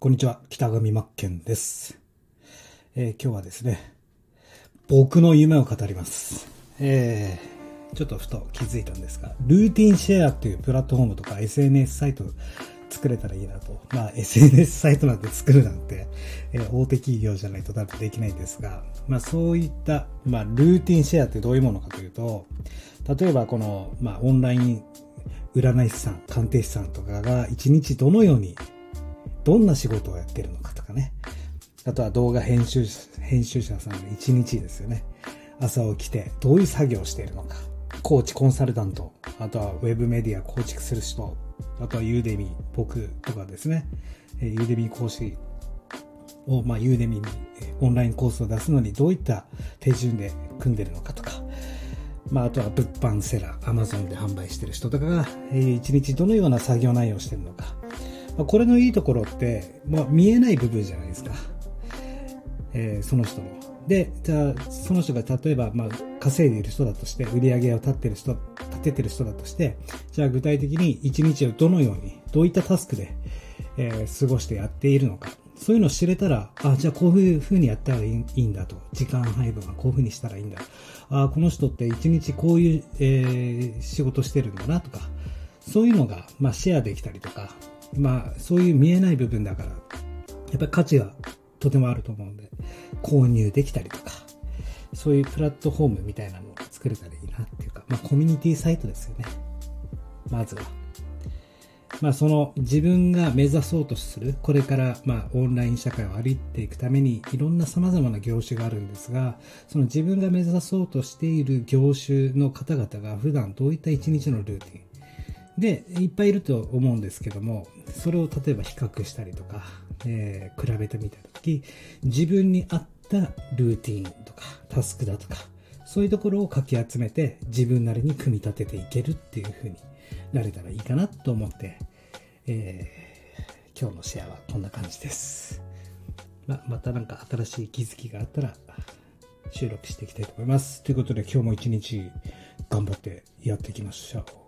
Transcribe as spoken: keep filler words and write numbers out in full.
こんにちは、北上真剣です、えー、今日はですね、僕の夢を語ります。えー、ちょっとふと気づいたんですが、ルーティンシェアっていうプラットフォームとか エスエヌエス サイト作れたらいいなと。まあ エスエヌエス サイトなんて作るなんて、えー、大手企業じゃないと多分できないんですが、まあそういった、まあルーティンシェアってどういうものかというと、例えばこの、まあオンライン占い師さん、鑑定士さんとかが一日どのようにどんな仕事をやってるのかとかね。あとは動画編集、編集者さんの一日ですよね。朝起きてどういう作業をしているのか。コーチ、コンサルタント、あとはウェブメディア構築する人、あとはユーデミー、僕とかですね。ユーデミー講師を、まあユーデミーにオンラインコースを出すのにどういった手順で組んでるのかとか。まああとは物販セラー、Amazon で販売してる人とかが、えー、一日どのような作業内容をしてるのか。これのいいところって、まあ、見えない部分じゃないですか。えー、その人の。で、じゃあ、その人が例えば、まあ、稼いでいる人だとして、売り上げを立ってる人、立ててる人だとして、じゃあ具体的に一日をどのように、どういったタスクで、えー、過ごしてやっているのか。そういうのを知れたら、あ、じゃあこういう風にやったらいい、いいんだと。時間配分はこういう風にしたらいいんだ。あ、この人って一日こういう、えー、仕事してるんだなとか。そういうのが、まあ、シェアできたりとか、まあ、そういう見えない部分だから、やっぱり価値がとてもあると思うんで、購入できたりとか、そういうプラットフォームみたいなのを作れたらいいなっていうか、まあ、コミュニティサイトですよね。まずは。まあ、その自分が目指そうとする、これから、まあ、オンライン社会を歩いていくために、いろんな様々な業種があるんですが、その自分が目指そうとしている業種の方々が普段どういった一日のルーティン、で、いっぱいいると思うんですけども、それを例えば比較したりとか、えー、比べてみたとき、自分に合ったルーティーンとか、タスクだとか、そういうところをかき集めて、自分なりに組み立てていけるっていう風になれたらいいかなと思って、えー、今日のシェアはこんな感じです。ま、またなんか新しい気づきがあったら、収録していきたいと思います。ということで今日も一日頑張ってやっていきましょう。